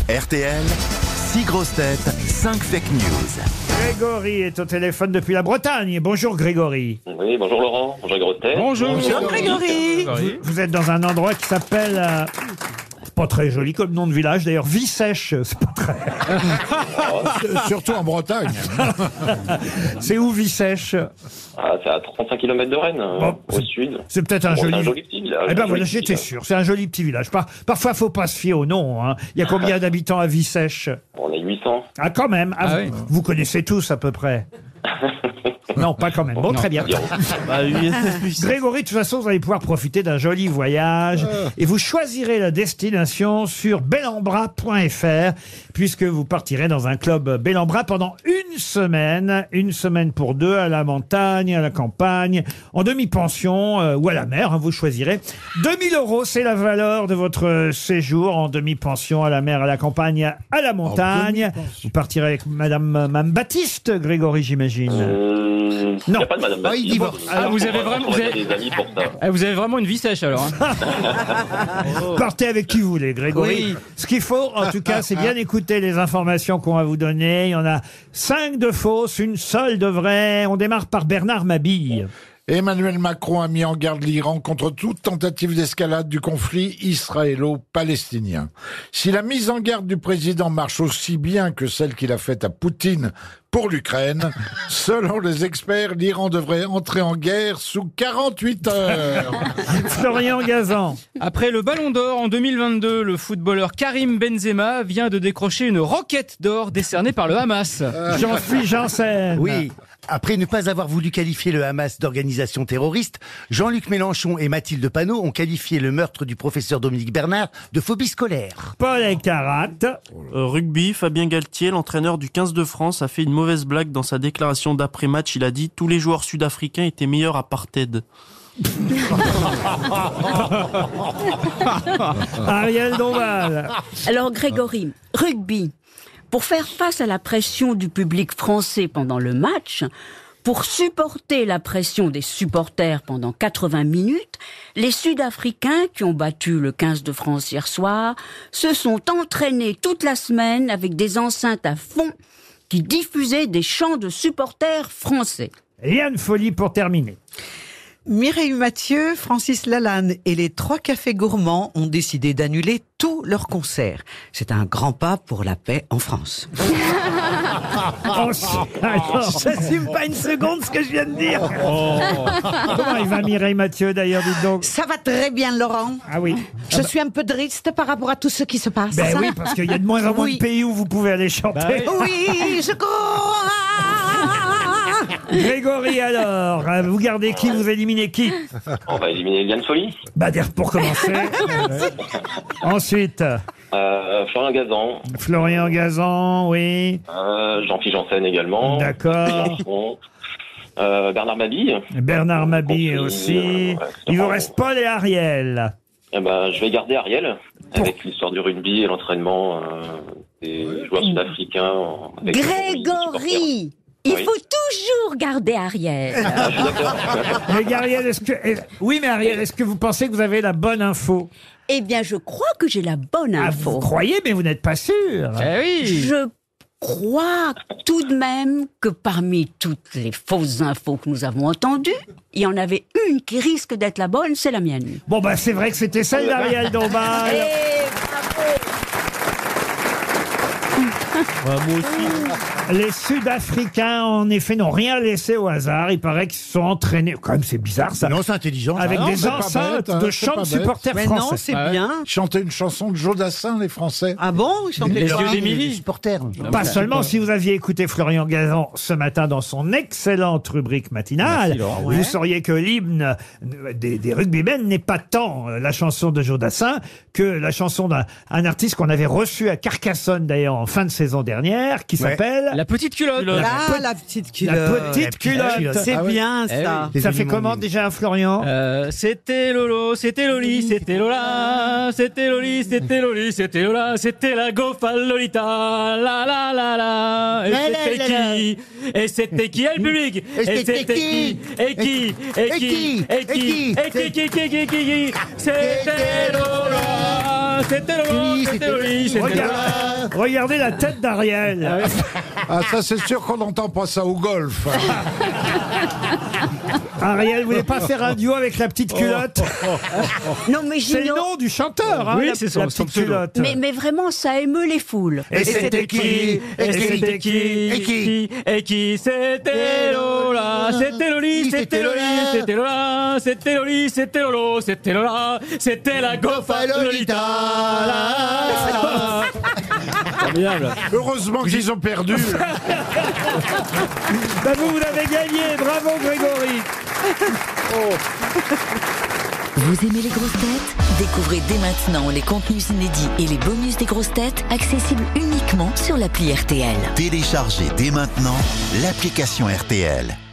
RTL, 6 grosses têtes, 5 fake news. Grégory est au téléphone depuis la Bretagne. Bonjour Grégory. Oui, bonjour Laurent, bonjour Grosse-Tête. Bonjour Grégory. Vous êtes dans un endroit qui s'appelle... pas très joli comme nom de village, d'ailleurs. Vie-Sèche, c'est pas très... Surtout en Bretagne. C'est où Vie-Sèche? C'est à 35 km de Rennes, au sud. C'est peut-être un C'est joli... un joli petit village. Eh ben un voilà, joli j'étais petit sûr. C'est un joli petit village. Parfois, faut pas se fier au nom. Hein. Il y a combien d'habitants à Vie-Sèche? On est 800. Ah, quand même. Ah, oui. Vous connaissez tous à peu près. Non, pas quand même. Bon, très bien. Grégory, de toute façon, vous allez pouvoir profiter d'un joli voyage et vous choisirez la destination sur belambra.fr puisque vous partirez dans un club Bellambra pendant une semaine pour deux à la montagne, à la campagne, en demi-pension ou à la mer, hein, vous choisirez. 2000 €, c'est la valeur de votre séjour en demi-pension à la mer, à la campagne, à la montagne. Vous partirez avec Madame Baptiste, Grégory, j'imagine. Il n'y a pas de Madame Baptiste. Vous avez vraiment, des amis pour ça. vous avez vraiment une vie sèche alors. Hein. Partez avec qui vous voulez, Grégory. Oui. Ce qu'il faut, en tout cas, c'est bien écouter les informations qu'on va vous donner. Il y en a 5 de fausses, une seule de vraie. On démarre par Bernard Mabille. Emmanuel Macron a mis en garde l'Iran contre toute tentative d'escalade du conflit israélo-palestinien. Si la mise en garde du président marche aussi bien que celle qu'il a faite à Poutine pour l'Ukraine, selon les experts, l'Iran devrait entrer en guerre sous 48 heures. Florian Gazan. Après le Ballon d'Or en 2022, le footballeur Karim Benzema vient de décrocher une roquette d'or décernée par le Hamas. Jean-Philippe Janssen. Oui. Après ne pas avoir voulu qualifier le Hamas d'organisation terroriste, Jean-Luc Mélenchon et Mathilde Panot ont qualifié le meurtre du professeur Dominique Bernard de phobie scolaire. Paul Elkarat. Rugby, Fabien Galtier, l'entraîneur du 15 de France, a fait une mauvaise blague dans sa déclaration d'après-match. Il a dit « Tous les joueurs sud-africains étaient meilleurs à Ted ». Ariel Dombal. Alors Grégory, rugby. Pour faire face à la pression du public français pendant le match, pour supporter la pression des supporters pendant 80 minutes, les Sud-Africains qui ont battu le 15 de France hier soir se sont entraînés toute la semaine avec des enceintes à fond qui diffusaient des chants de supporters français. Liane Folly pour terminer. Mireille Mathieu, Francis Lalanne et les 3 cafés gourmands ont décidé d'annuler tous leurs concerts. C'est un grand pas pour la paix en France. J'assume pas une seconde ce que je viens de dire. Comment il va Mireille Mathieu d'ailleurs, dites donc? Ça va très bien, Laurent. Ah oui. Je suis un peu triste par rapport à tout ce qui se passe. Ben oui, parce qu'il y a de moins en moins de pays où vous pouvez aller chanter. Oui, je crois. Grégory, alors, vous gardez qui? Vous éliminez qui? On va éliminer Liane Folly. Bah, pour commencer. Ensuite, Florian Gazan. Florian Gazan, oui. Jean-Philippe Janssen également. D'accord. Bernard Mabille. Bernard Mabille aussi. Il vous reste Paul et Ariel. Eh ben, je vais garder Ariel, avec l'histoire du rugby et l'entraînement des joueurs sud-africains. Grégory, il Oui. faut toujours garder Ariel. Je suis d'accord. Mais Ariel, oui, mais Ariel, est-ce que vous pensez que vous avez la bonne info? Eh bien, je crois que j'ai la bonne Ah, info. vous croyez, mais vous n'êtes pas sûr. Eh oui. Je crois tout de même que parmi toutes les fausses infos que nous avons entendues, il y en avait une qui risque d'être la bonne, c'est la mienne. Bon, bah, c'est vrai que c'était celle d'Ariel Dombal. Moi aussi. Les Sud-Africains, en effet, n'ont rien laissé au hasard. Il paraît qu'ils se sont entraînés. Quand même, c'est bizarre, ça. Non, c'est intelligent. Avec non, des c'est pas enceintes bête, hein, de c'est chants pas de bête. supporters Mais français. non, c'est bien. Chanter une chanson de Jodassin, les Français. Ah bon, ils chantaient Les quoi? yeux d'Émilie. Supporters. Pas seulement, si vous aviez écouté Florian Gazan ce matin dans son excellente rubrique matinale, Merci, Laurent. vous sauriez que l'hymne des rugbymen n'est pas tant la chanson de Jodassin que la chanson d'un artiste qu'on avait reçu à Carcassonne d'ailleurs en fin de saison dernière, qui s'appelle La petite culotte. Ah, la petite culotte. La petite culotte. C'est Ah oui. bien, ça. Ça fait comment déjà, Florian? C'était Lolo, c'était Loli, c'était Lola, c'était Loli, c'était Loli, c'était Lola, c'était la Gofa Lolita, la la la la. Et c'était qui? Et c'était qui? Et le public? Et c'était qui? Et qui? Et qui? Et qui? Et qui? C'était Lola, c'était Lolo, c'était Loli, c'était Lola. Regardez la tête d'Ariel. Ah, ça, c'est sûr qu'on n'entend pas ça au golf. Ariel, vous voulez pas faire un duo avec la petite culotte? Non, mais C'est le nom du chanteur, hein, Oui, la, c'est son- la son petite pseudo. culotte. Mais vraiment, ça émeut les foules. Et c'était qui? Et c'était qui? Et qui? C'était Lola. C'était Loli, c'était Loli, c'était Lola. C'était Loli, c'était Lolo, c'était Lola. C'était la Gofa Lolita. La, la, la. Formidable. Heureusement qu'ils ont perdu. Bah, vous l'avez gagné, bravo Grégory. Vous aimez les grosses têtes? Découvrez dès maintenant les contenus inédits et les bonus des grosses têtes accessibles uniquement sur l'appli RTL. Téléchargez dès maintenant l'application RTL.